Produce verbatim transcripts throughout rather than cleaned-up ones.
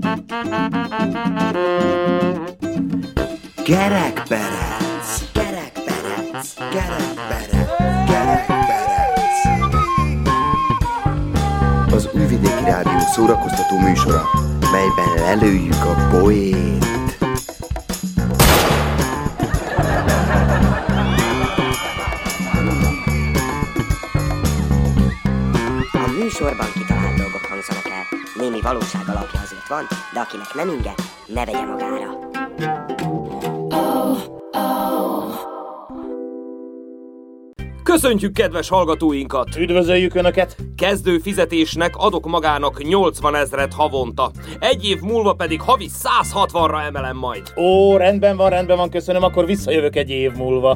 Kerekperec, kerekperec, kerekperec, kerekperec. Az Újvidéki Rádió szórakoztató műsora, melyben lelőjük a poént. A műsorban kitalált dolgok hangzanak el. Némi valóság alapja azért van, de akinek nem inge, ne vegye magára. Köszöntjük kedves hallgatóinkat! Üdvözöljük Önöket! Kezdő fizetésnek adok magának nyolcvanezret havonta. Egy év múlva pedig havi száz hatvanra emelem majd. Ó, rendben van, rendben van, köszönöm, akkor visszajövök egy év múlva.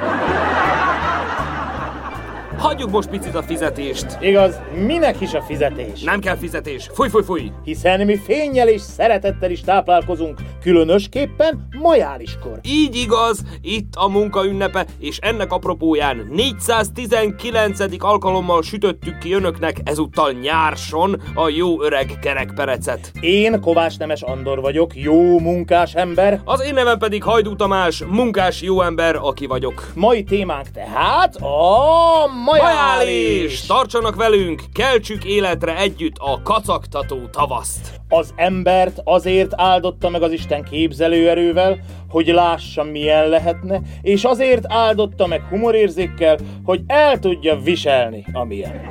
Hagyjuk most picit a fizetést. Igaz, minek is a fizetés? Nem kell fizetés. Fúj, fúj, fúj! Hiszen mi fénnyel és szeretettel is táplálkozunk, különösképpen majáliskor. Így igaz, itt a munka ünnepe, és ennek apropóján négyszáztizenkilencedik alkalommal sütöttük ki önöknek ezúttal nyárson a jó öreg kerekperecet. Én Kovács Nemes Andor vagyok, jó munkás ember. Az én nevem pedig Hajdú Tamás, munkás jó ember, aki vagyok. Mai témánk tehát a majális! Tartsanak velünk, keltsük életre együtt a kacagtató tavaszt. Az embert azért áldotta meg az Isten képzelőerővel, hogy lássa, milyen lehetne, és azért áldotta meg humorérzékkel, hogy el tudja viselni, amilyen.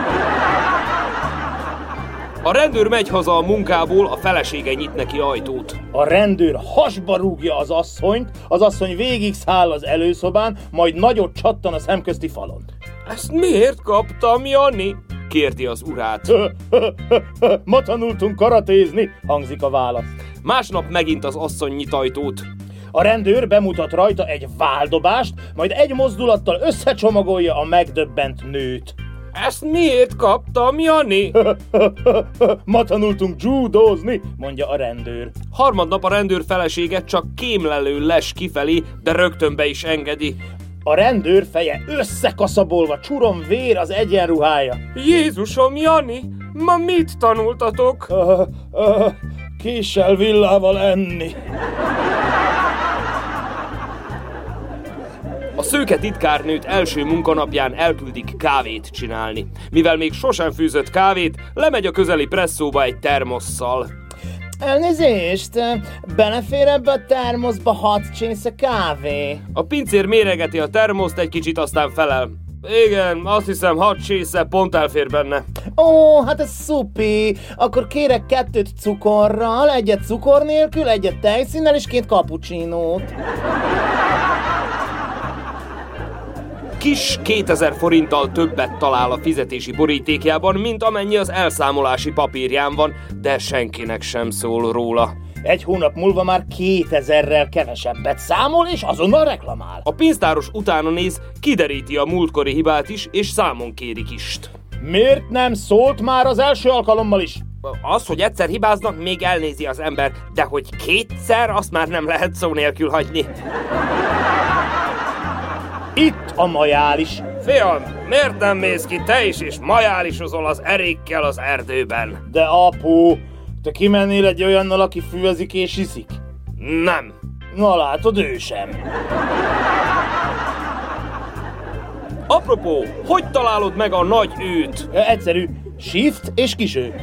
A rendőr megy haza a munkából, a felesége nyit neki ajtót. A rendőr hasba rúgja az asszonyt, az asszony végig száll az előszobán, majd nagyot csattan a szemközti falon. Ezt miért kaptam, Jani? Kérdi az urát. Ma tanultunk karatézni, hangzik a válasz. Másnap megint az asszony nyit ajtót. A rendőr bemutat rajta egy váldobást, majd egy mozdulattal összecsomagolja a megdöbbent nőt. Ezt miért kaptam, Jani? Ma tanultunk judózni, mondja a rendőr. Harmadnap a rendőr felesége csak kémlelő les kifelé, de rögtön be is engedi. A rendőr feje összekaszabolva, csurom vér az egyenruhája. Jézusom, Jani, ma mit tanultatok? Uh, uh, késsel villával enni. A szőke titkárnőt első munkanapján elküldik kávét csinálni. Mivel még sosem fűzött kávét, lemegy a közeli presszóba egy termosszal. Elnézést, belefér ebbe a termoszba hat csésze kávé? A pincér méregeti a termoszt egy kicsit, aztán felel. Igen, azt hiszem hat csésze pont elfér benne. Ó, hát ez szupi. Akkor kérek kettőt cukorral, egyet cukor nélkül, egyet tejszínnel és két cappuccinót. Kis kétezer forinttal többet talál a fizetési borítékjában, mint amennyi az elszámolási papírján van, de senkinek sem szól róla. Egy hónap múlva már kétezerrel kevesebbet számol, és azonnal reklamál. A pénztáros utána néz, kideríti a múltkori hibát is, és számon kéri Kist. Miért nem szólt már az első alkalommal is? Az, hogy egyszer hibáznak, még elnézi az ember, de hogy kétszer, azt már nem lehet szó nélkül hagyni. Itt a majális. Fiam, miért nem mész ki te is, és majálisozol az erékkel az erdőben? De apu, te kimennél egy olyannal, aki füvezik és iszik? Nem. Na látod, ő sem. Apropó, hogy találod meg a nagy őt? Egyszerű, shift és kiső.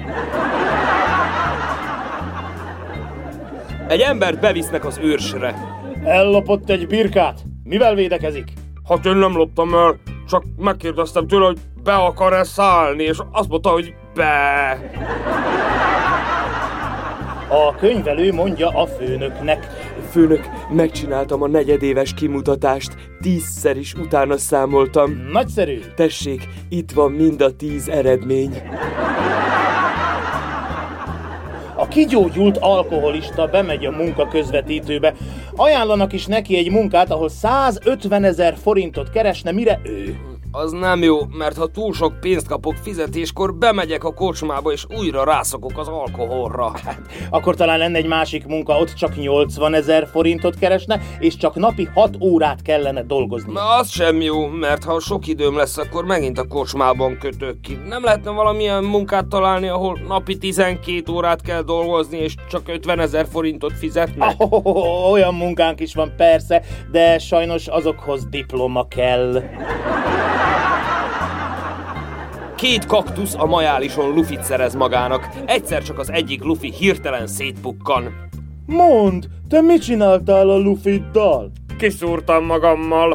Egy embert bevisznek az őrsre. Ellopott egy birkát. Mivel védekezik? Hát én nem loptam el, csak megkérdeztem tőle, hogy be akar-e szállni, és azt mondta, hogy be. A könyvelő mondja a főnöknek. Főnök, megcsináltam a negyedéves kimutatást, tízszer is utána számoltam. Nagyszerű. Tessék, itt van mind a tíz eredmény. A kigyógyult alkoholista bemegy a munka közvetítőbe. Ajánlanak is neki egy munkát, ahol százötvenezer forintot keresne, mire ő. Az nem jó, mert ha túl sok pénzt kapok fizetéskor, bemegyek a kocsmába és újra rászokok az alkoholra. Hát, akkor talán lenne egy másik munka, ott csak nyolcvanezer forintot keresne, és csak napi hat órát kellene dolgozni. Na, az sem jó, mert ha sok időm lesz, akkor megint a kocsmában kötök ki. Nem lehetne valamilyen munkát találni, ahol napi tizenkét órát kell dolgozni, és csak ötvenezer forintot fizetnek? Oh, olyan munkánk is van persze, de sajnos azokhoz diploma kell. Két kaktusz a majálison lufit szerez magának. Egyszer csak az egyik lufi hirtelen szétpukkan. Mondd, te mit csináltál a lufiddal? Kiszúrtam magammal.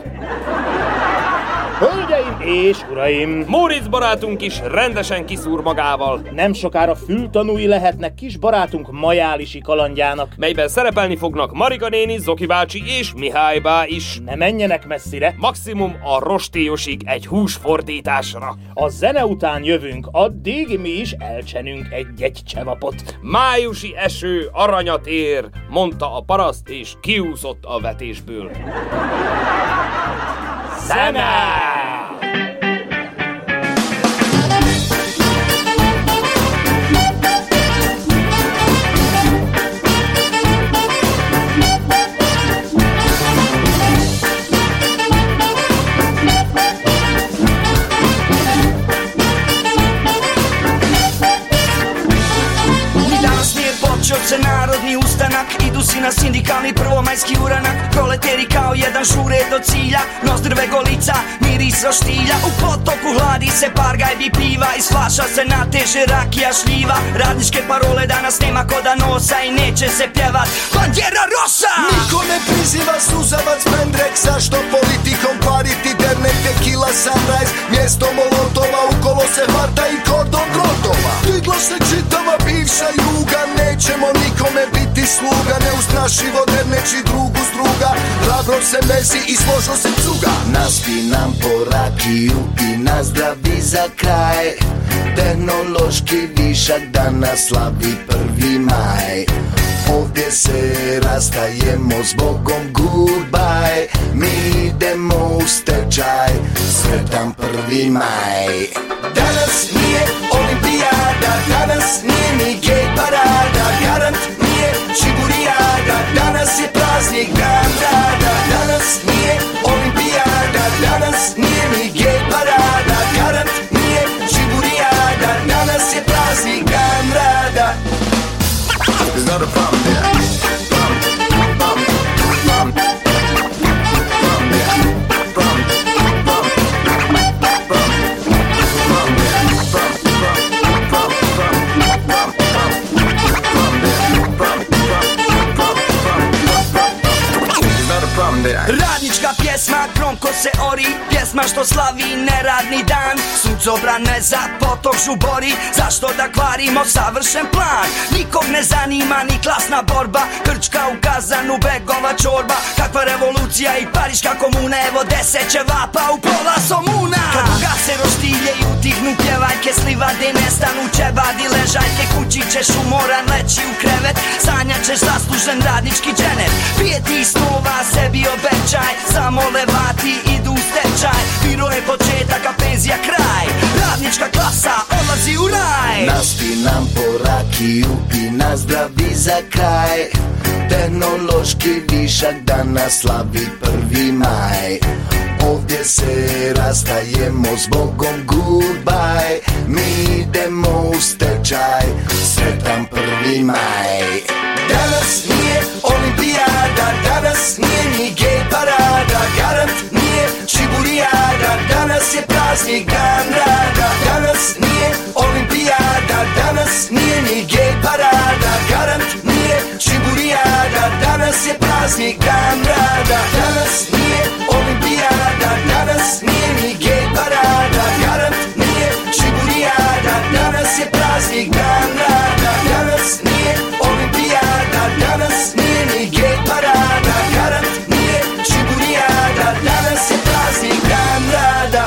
Hölgyeim és uraim! Móricz barátunk is rendesen kiszúr magával. Nem sokára fültanúi lehetnek kis barátunk majálisi kalandjának. Melyben szerepelni fognak Marika néni, Zoki bácsi és Mihály bá is. Ne menjenek messzire. Maximum a rostélyosig egy húsfordításra. A zene után jövünk, addig mi is elcsenünk egy-egy csevapot. Májusi eső aranyat ér, mondta a paraszt, és kiúszott a vetésből. Zene! Se narodni ustanak, idu si na sindikalni prvomajski uranak. Proleteri kao jedan šure do cilja, nozdrve golica, miris roštilja. U potoku hladi se pargajbi piva, iz flaša se nateže rakija šljiva. Radničke parole danas nema ko da nosa i neće se pjevat Bandera Rosa! Niko ne priziva suzavac Pendrek, zašto politikom pariti dernek, tequila sunrise, mjesto molotova, ukolo se hvata i kordon grotova. Digla se čitava bivša juga, nećemo nikome biti sluga, neustrašivo derneći drugu struga, hrabro se mezi i složo se cuga. Naspi nam po rakiju i nazdravi za kraj, tehnološki višak danas slavi prvi maj. Ovdje se rastajemo s Bogom, goodbye, mi idemo u stečaj, sretan prvi maj. Danas nije olimpijada, danas nije ni gej parada, garant nije čiburijada, danas je praznik dan rada. Danas nije olimpijada, danas nije ni gej parada, garant nije čiburijada, danas je praznik dan rada. There's not a problem there. Problem, problem, problem, problem there. Problem, problem, problem, problem there. Problem, problem, problem, problem, problem there. Problem, problem, problem, there's not a problem there. Radnička pjesma gromko se ori, pjesma što slavi neradni dan. Suncobran ne za potok žubori, zašto da kvarimo savršen plan? Nikog ne zanima ni klasna borba, krčka u kazanu, begova čorba. Kakva revolucija i pariška komuna, evo deset ćevapa u pola somuna. Kad ugase roštilje i utihnu pjevajke, slivade nestanu ćebadi ležajke. Kući ćeš umoran leći u krevet, sanjat ćeš zaslužen radnički dženet. Pije ti snova, sebi obećaj, samo levati idu u stečaj. Biro je početak, a penzija kraj, radnička klasa odlazi u raj. Naspi nam po rakiju i nazdravi za kraj, tehnološki višak danas slavi prvi maj. Ovdje se rastajemo s Bogom, goodbye, mi idemo u stečaj, sretan prvi maj. Danas nije olimpijada, danas nije ni gej parada, garant nije čiburijada, danas je praznik dan rada. Danas nije olimpijada, danas nije ni gej parada, garant nije čiburijada, danas je praznik dan rada. Danas nije olimpijada, danas nije ni gej parada, garant nije čiburijada, danas je praznik dan rada. Danas nije olimpijada, danas nije ni gej parada, garant nije čiburijada, danas je praznik dan rada.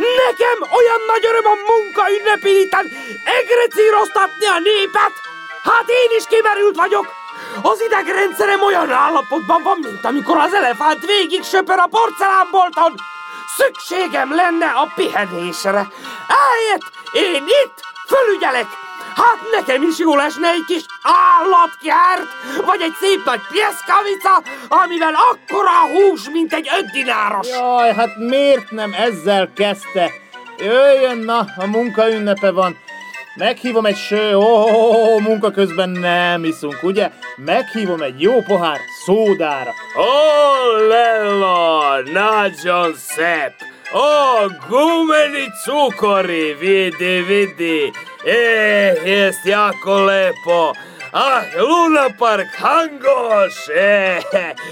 Nekem olyan nagy öröm a munka ünnepéten egrecíroztatni a népet. Hát én is kimerült vagyok. Az idegrendszerem olyan állapotban van, mint amikor az elefánt végig söpör a porcelánbolton. Szükségem lenne a pihenésre. Ehelyett én itt fölügyelek. Hát nekem is jól esne egy kis állatkert, vagy egy szép nagy pjeszkavica, amivel akkora a hús, mint egy öt dináros. Jaj, hát miért nem ezzel kezdte? Jöjjön, na, a munka ünnepe van. Meghívom egy ső, ó, oh, oh, oh, munka közben nem iszunk, ugye? Meghívom egy jó pohár szódára. Ó, Lella, nagyon szép. Ó, gumeni cukori, vidi, vidi. E, jest jako lepo. Ah, Luna Park hangos! E,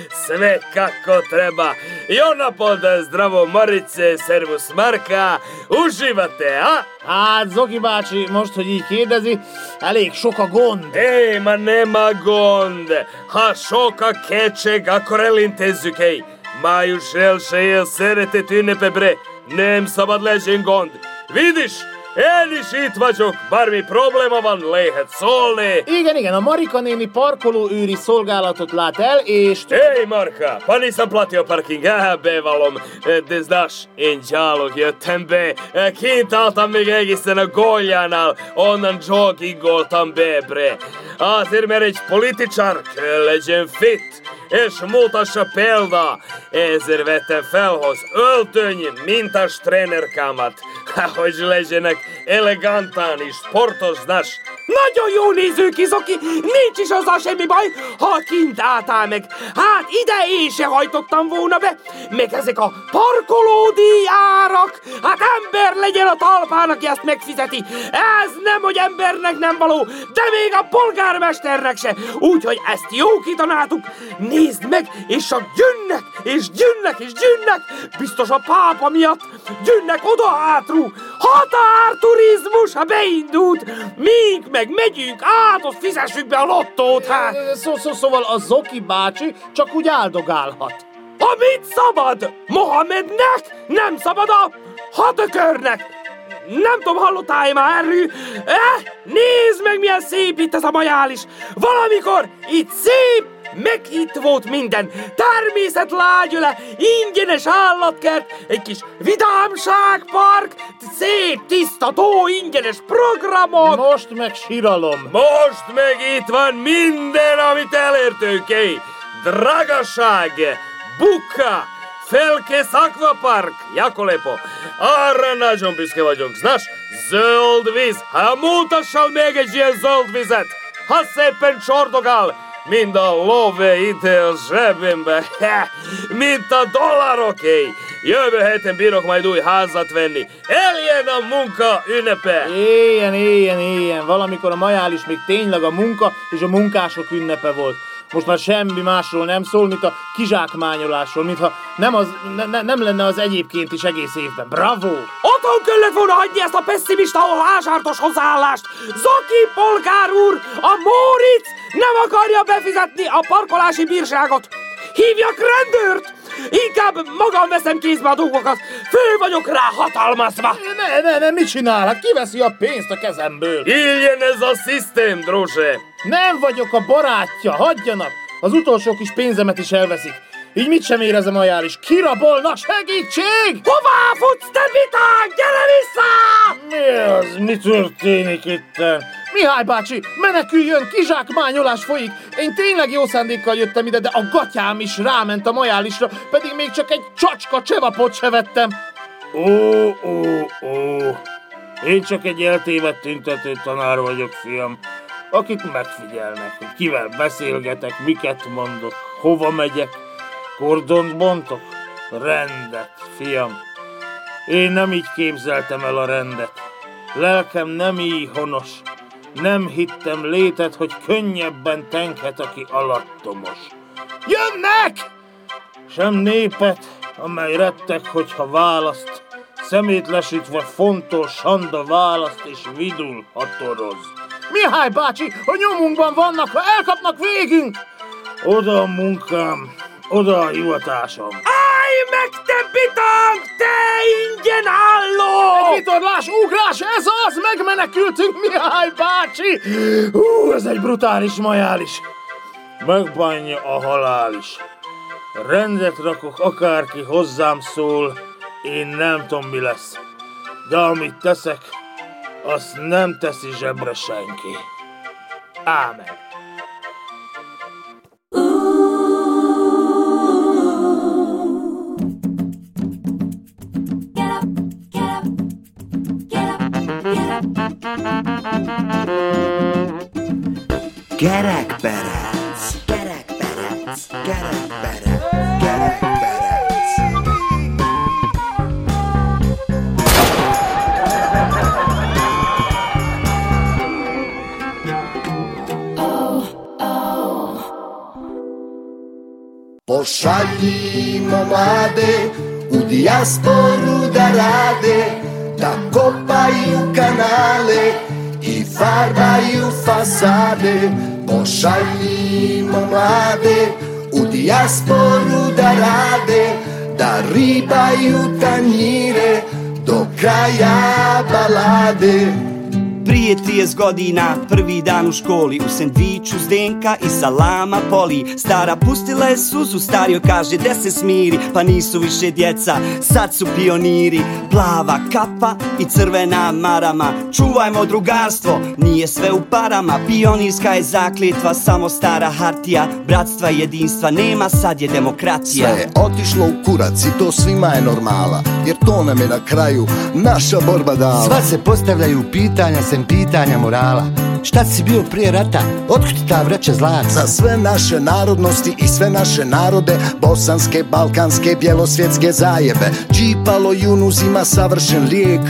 sve kako treba. Jonapod, zdravo Marice, servus Marka. Uživate, a? Hát, Zoki bácsi, most, hogy így kérdezi, elég sok a gond. Ej, ma nema gond. Ha sok a kecseg, akkor elintézzük, ej. Május elsője szeretet ünnepe, bre. Nem szabad legyen gond. Vidiš? Én is itt vagyok, bármi probléma van, lehet szólni. Igen, igen, a Marika néni parkolóőri szolgálatot lát el, és... Ej, Marka, pa nisam platio parking, aha, bevallom, de znaš, én gyalog jöttem be, kint álltam még egészen a góljánál, onnan joggingoltam be, bre. Azért, mert egy politicsár kell legyen fit, és mutassa példa, ezért vettem felhoz öltöny mintás trénerkámat, hogy legyenek elegantán és sportos, znaš. Nagyon jó néző ki, Zoki, nincs is azzal semmi baj, ha kint álltál meg. Hát ide én se hajtottam volna be, meg ezek a parkolódíj árak. Hát ember legyen a talpán, aki ezt megfizeti. Ez nem, hogy embernek nem való, de még a polgármesternek se. Úgyhogy ezt jó kitanáltuk. Nézd meg, és csak gyűnnek, és gyűnnek, és gyűnnek. Biztos a pápa miatt gyűnnek oda hátrú. Határturizmus, ha beindult. Mink meg megyünk át, ott fizessük be a lottót, hát. Szó, szó, szóval a Zoki bácsi csak úgy áldogálhat. A mit szabad? Mohamednek? Nem szabad a hatökörnek. Nem tudom, hallottál-e már erről? Eh, nézd meg, milyen szép itt ez a majális. Valamikor itt szép, meg itt volt minden. Természet lágyöle, ingyenes állatkert, egy kis vidámságpark, szép, tiszta tó, ingyenes programok. Most meg síralom. Most meg itt van minden, amit elértünk, ej. Dragaság, Buka, Felkész Aquapark, jako lepo. Arra nagyon büszke vagyok, znaš, zöld víz. Ha mutassal még egy ilyen zöld vizet, ha szépen csordogál, mint a lóve ide a zsebembe, mint a dollárok, ej. Jövő héten bírok majd új házat venni. Eljen a munka ünnepe! Éljen, éljen, éljen. Valamikor a majális még tényleg a munka és a munkások ünnepe volt. Most már semmi másról nem szól, mint a kizsákmányolásról, mintha nem, az, ne, nem lenne az egyébként is egész évben. Bravo! Otthon kellett volna hagyni ezt a pessimista, házártos hozzáállást. Zoki polgár úr, a Móricz nem akarja befizetni a parkolási bírságot. Hívjak rendőrt! Inkább magam veszem kézbe a dolgokat. Fő vagyok rá hatalmazva. Ne, ne, ne, mit csinál? Hát kiveszi a pénzt a kezemből? Ilyen ez a szisztém, druže. Nem vagyok a barátja, hagyjanak. Az utolsó kis pénzemet is elveszik. Így mit sem érez a majális. Kirabolna, segítség! Hová futsz, te vitánk? Gyere vissza! Mi az? Mi történik itten? Mihály bácsi, meneküljön, kizsákmányolás folyik. Én tényleg jó szándékkal jöttem ide, de a gatyám is ráment a majálisra, pedig még csak egy csacska csevapot se vettem. Ó, ó, ó. Én csak egy eltévedt tüntető tanár vagyok, fiam, akik megfigyelnek, hogy kivel beszélgetek, miket mondok, hova megyek. Kordont bontok? Rendet, fiam. Én nem így képzeltem el a rendet. Lelkem nem így honos. Nem hittem létet, hogy könnyebben tenkhet, aki alattomos. Jönnek! Sem népet, amely rettek, hogyha választ, szemét lesütve fontol, sanda választ és vidul hatoroz. Mihály bácsi, a nyomunkban vannak, ha elkapnak végünk! Oda a munkám, oda a hivatásom. Állj meg, te bitánk, te ingyen álló! Vitorlás, ugrás, ez az, megmenekültünk, Mihály bácsi! Hú, ez egy brutális majális. Megbánja a halál is. Rendet rakok, akárki hozzám szól, én nem tudom, mi lesz. De amit teszek, azt nem teszi zsebre senki. Ámen. Kerekperec, kerekperec, kerekperec, kerekperec. Oh, Pošaljimo mlade u dijasporu da rade, da kopaju kanale i farbaju fasade. Pošaljimo mlade u dijasporu da rade, da ribaju tanjire do kraja balade. Prije trideset godina, prvi dan u školi, u sendviču Zdenka i salama Poli. Stara pustila je suzu, stario kaže de se smiri, pa nisu više djeca, sad su pioniri. Plava kapa i crvena marama, čuvajmo drugarstvo, nije sve u parama. Pionirska je zakljetva, samo stara hartija, bratstva i jedinstva nema, sad je demokratija. Sve je otišlo u kurac i to svima je normala, jer to nam je na kraju naša borba dala. Sva se postavljaju pitanja sem pitanja morala. Šta si bio prije rata? Otkud ti ta vreća zlata? Za sve naše narodnosti i sve naše narode, bosanske, balkanske, bjelosvjetske zajebe, čipalo jun uzima savršen lijek.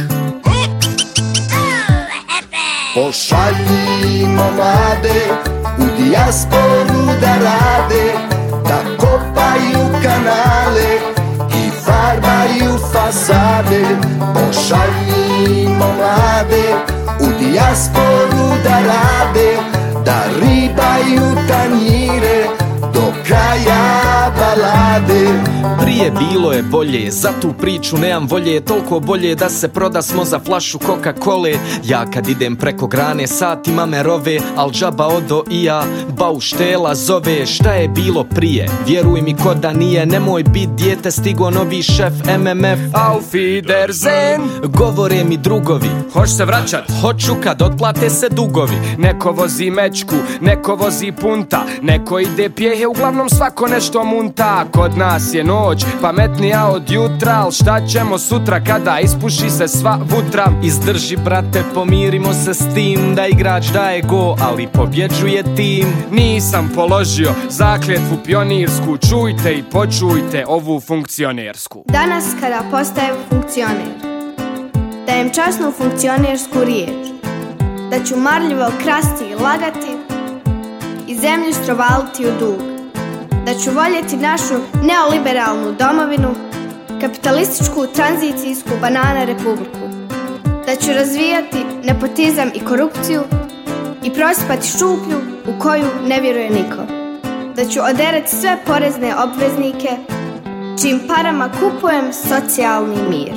Pošaljimo mlade u dijasporu da rade, da kopaju kanale i farbaju fasade. Pošaljimo mlade u dijasporu da rade, da ribaju tanjire do kraja balade. Prije bilo je bolje, za tu priču nemam volje, toliko bolje da se prodasmo za flašu Coca-Cole. Ja kad idem preko grane satima me rove, al džaba odo i ja, bauštela zove. Šta je bilo prije? Vjeruj mi ko da nije, nemoj bit dijete, stigo novi šef M M F. Auf Wiedersehen. Govore mi drugovi, hoć se vraćat? Hoću kad otplate se dugovi. Neko vozi mečku, neko vozi punta, neko ide pjehe, uglavnom svako nešto munta. Kod nas je noć, pametnija od jutra, al šta ćemo sutra kada ispuši se sva vutra? Izdrži brate, pomirimo se s tim da igrač daje go, ali pobjeđuje tim. Nisam položio zakljetvu pionirsku, čujte i počujte ovu funkcionersku. Danas kada postajem funkcioner, dajem časnu funkcionersku riječ, da ću marljivo krasti i lagati i zemlju strovaliti u dug, da ću voljeti našu neoliberalnu domovinu, kapitalističku tranzicijsku banana republiku, da ću razvijati nepotizam i korupciju i prosipati šuplju u koju ne vjeruje niko, da ću oderati sve porezne obveznike čim parama kupujem socijalni mir.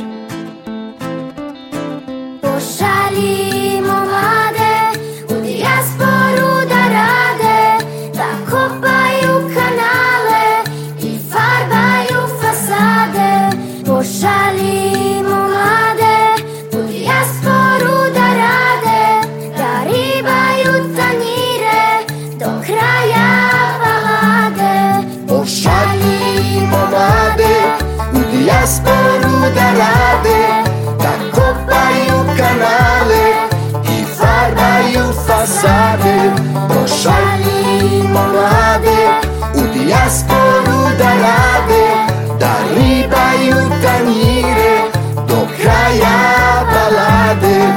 Pošaljimo mlade u dijasporu da rade, da kopaju kanale i farbaju fasade. Pošaljimo mlade u dijasporu da rade, da ribaju tanjire do kraja balade. Pošaljimo mlade u dijasporu da rade, da kopaju kanale i farbaju fasade. Pošaljimo mlade u dijasporu da rade, da ribaju tanjire do kraja balade.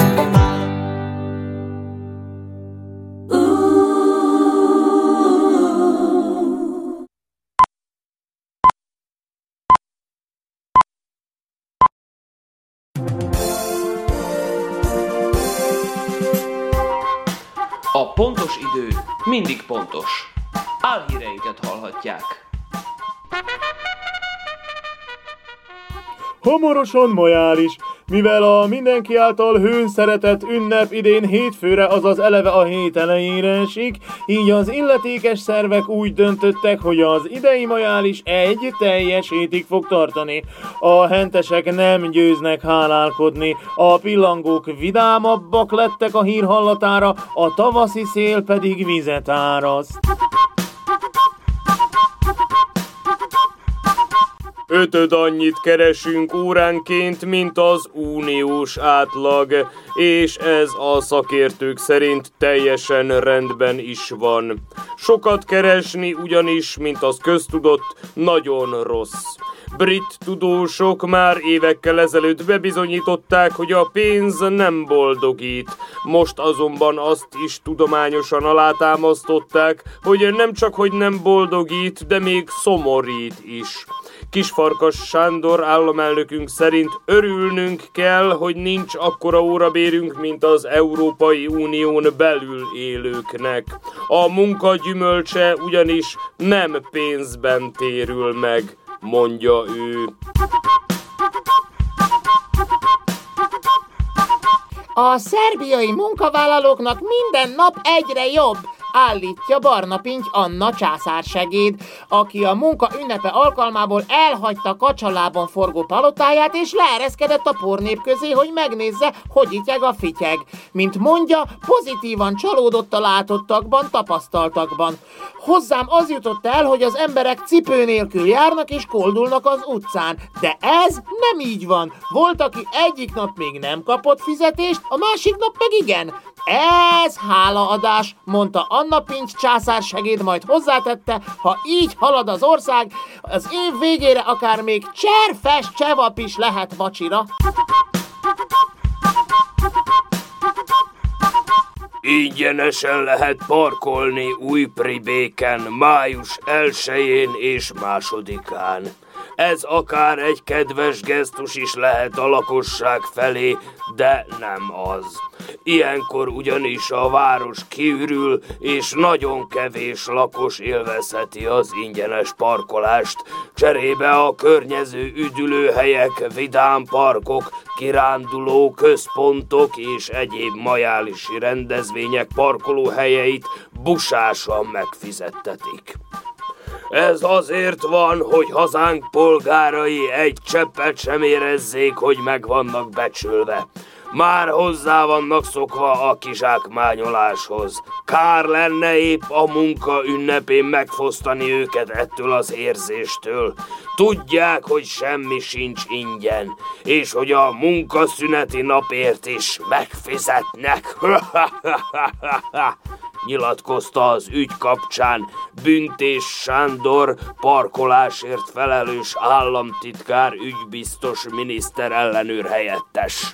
A pontos idő mindig pontos. Álhíreinket hallhatják. Hamarosan majális, mivel a mindenki által hőn szeretett ünnep idén hétfőre, azaz eleve a hét elejére esik, így az illetékes szervek úgy döntöttek, hogy az idei majális egy teljes hétig fog tartani. A hentesek nem győznek hálálkodni, a pillangók vidámabbak lettek a hír hallatára, a tavaszi szél pedig vizet áraszt. Ötöd annyit keresünk óránként, mint az uniós átlag, és ez a szakértők szerint teljesen rendben is van. Sokat keresni ugyanis, mint az köztudott, nagyon rossz. Brit tudósok már évekkel ezelőtt bebizonyították, hogy a pénz nem boldogít. Most azonban azt is tudományosan alátámasztották, hogy nem csak hogy nem boldogít, de még szomorít is. Kisfarkas Sándor államelnökünk szerint örülnünk kell, hogy nincs akkora órabérünk, mint az Európai Unión belül élőknek. A munka gyümölcse ugyanis nem pénzben térül meg, mondja ő. A szerbiai munkavállalóknak minden nap egyre jobb, állítja Barna Pinty Anna császársegéd, aki a munka ünnepe alkalmából elhagyta kacsalában forgó palotáját, és leereszkedett a pornép közé, hogy megnézze, hogy ityeg a fityeg. Mint mondja, pozitívan csalódott a látottakban, tapasztaltakban. Hozzám az jutott el, hogy az emberek cipő nélkül járnak és koldulnak az utcán, de ez nem így van. Volt, aki egyik nap még nem kapott fizetést, a másik nap meg igen. Ez hálaadás, mondta Anna Pinty császársegéd, majd hozzátette, ha így halad az ország, az év végére akár még cserfes csevap is lehet vacsira. Ingyenesen lehet parkolni Újpribéken május elsején és másodikán. Ez akár egy kedves gesztus is lehet a lakosság felé, de nem az. Ilyenkor ugyanis a város kiürül, és nagyon kevés lakos élvezheti az ingyenes parkolást. Cserébe a környező üdülőhelyek, vidám parkok, kiránduló központok és egyéb majálisi rendezvények parkolóhelyeit busásan megfizettetik. Ez azért van, hogy hazánk polgárai egy cseppet sem érezzék, hogy meg vannak becsülve. Már hozzá vannak szokva a kizsákmányoláshoz. Kár lenne épp a munka ünnepén megfosztani őket ettől az érzéstől. Tudják, hogy semmi sincs ingyen, és hogy a munkaszüneti napért is megfizetnek. Nyilatkozta az ügy kapcsán Büntés Sándor, parkolásért felelős államtitkár, ügybiztos miniszterellenőr helyettes.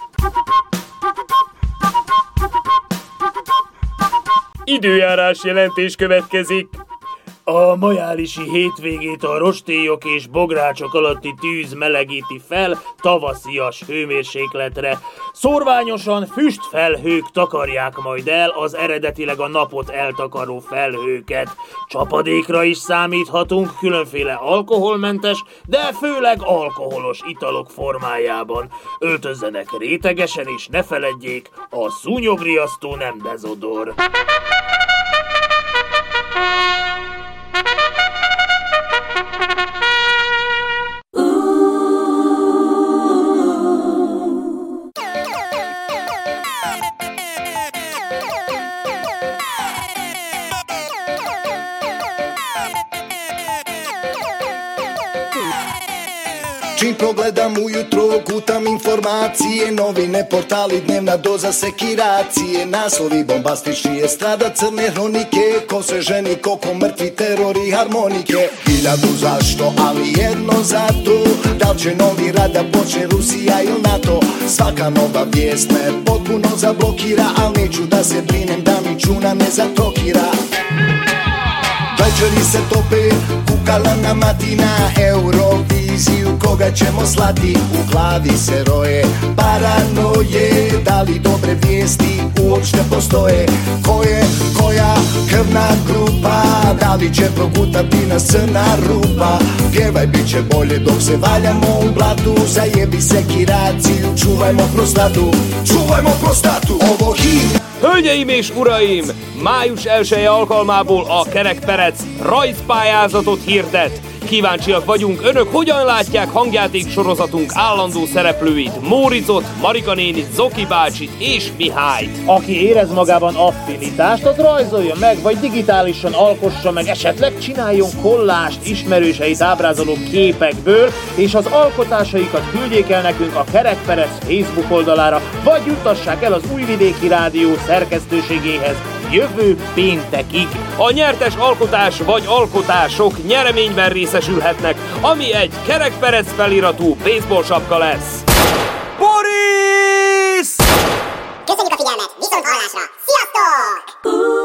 Időjárás jelentés következik. A majálisi hétvégét a rostélyok és bográcsok alatti tűz melegíti fel tavaszias hőmérsékletre. Szórványosan füstfelhők takarják majd el az eredetileg a napot eltakaró felhőket. Csapadékra is számíthatunk különféle alkoholmentes, de főleg alkoholos italok formájában. Öltözzenek rétegesen és ne feledjék, a szúnyogriasztó nem dezodor. Čim progledam ujutro, kutam informacije, novine, portali, dnevna doza sekiracije, naslovi bombastični, estrada, crne hronike, ko se ženi, koliko mrtvi, teror i harmonike. Hiljadu zašto, ali jedno zato, da li će novi rat da počne Rusija ili NATO. Svaka nova vijest me potpuno zablokira, ali neću da se brinem da mi čuna ne zatrokira. Večeri se tope, kukala na matina, Euroviziju koga ćemo slati, u glavi se roje paranoje, da li dobre vijesti uopšte postoje, ko je koja krvna grupa, da li će progutati nas crna rupa, pjevaj bit će bolje dok se valjamo u blatu, zajebi sekiraciju, čuvajmo prostatu, čuvajmo prostatu, ovo himna. Hölgyeim és uraim! május elseje alkalmából a Kerekperec rajzpályázatot hirdet. Kíváncsiak vagyunk, önök hogyan látják hangjáték sorozatunk állandó szereplőit, Móricot, Marika nénit, Zoki bácsit és Mihályt. Aki érez magában affinitást, az rajzolja meg, vagy digitálisan alkossa meg, esetleg csináljon kollást ismerőseit ábrázoló képekből, és az alkotásaikat küldjék el nekünk a Kerekperec Facebook oldalára, vagy juttassák el az Újvidéki Rádió szerkesztőségéhez, jövő péntekig. A nyertes alkotás vagy alkotások nyereményben részesülhetnek, ami egy kerekperec feliratú baseball sapka lesz. Boris! Köszönjük a figyelmet! Viszont hallásra! Sziasztok!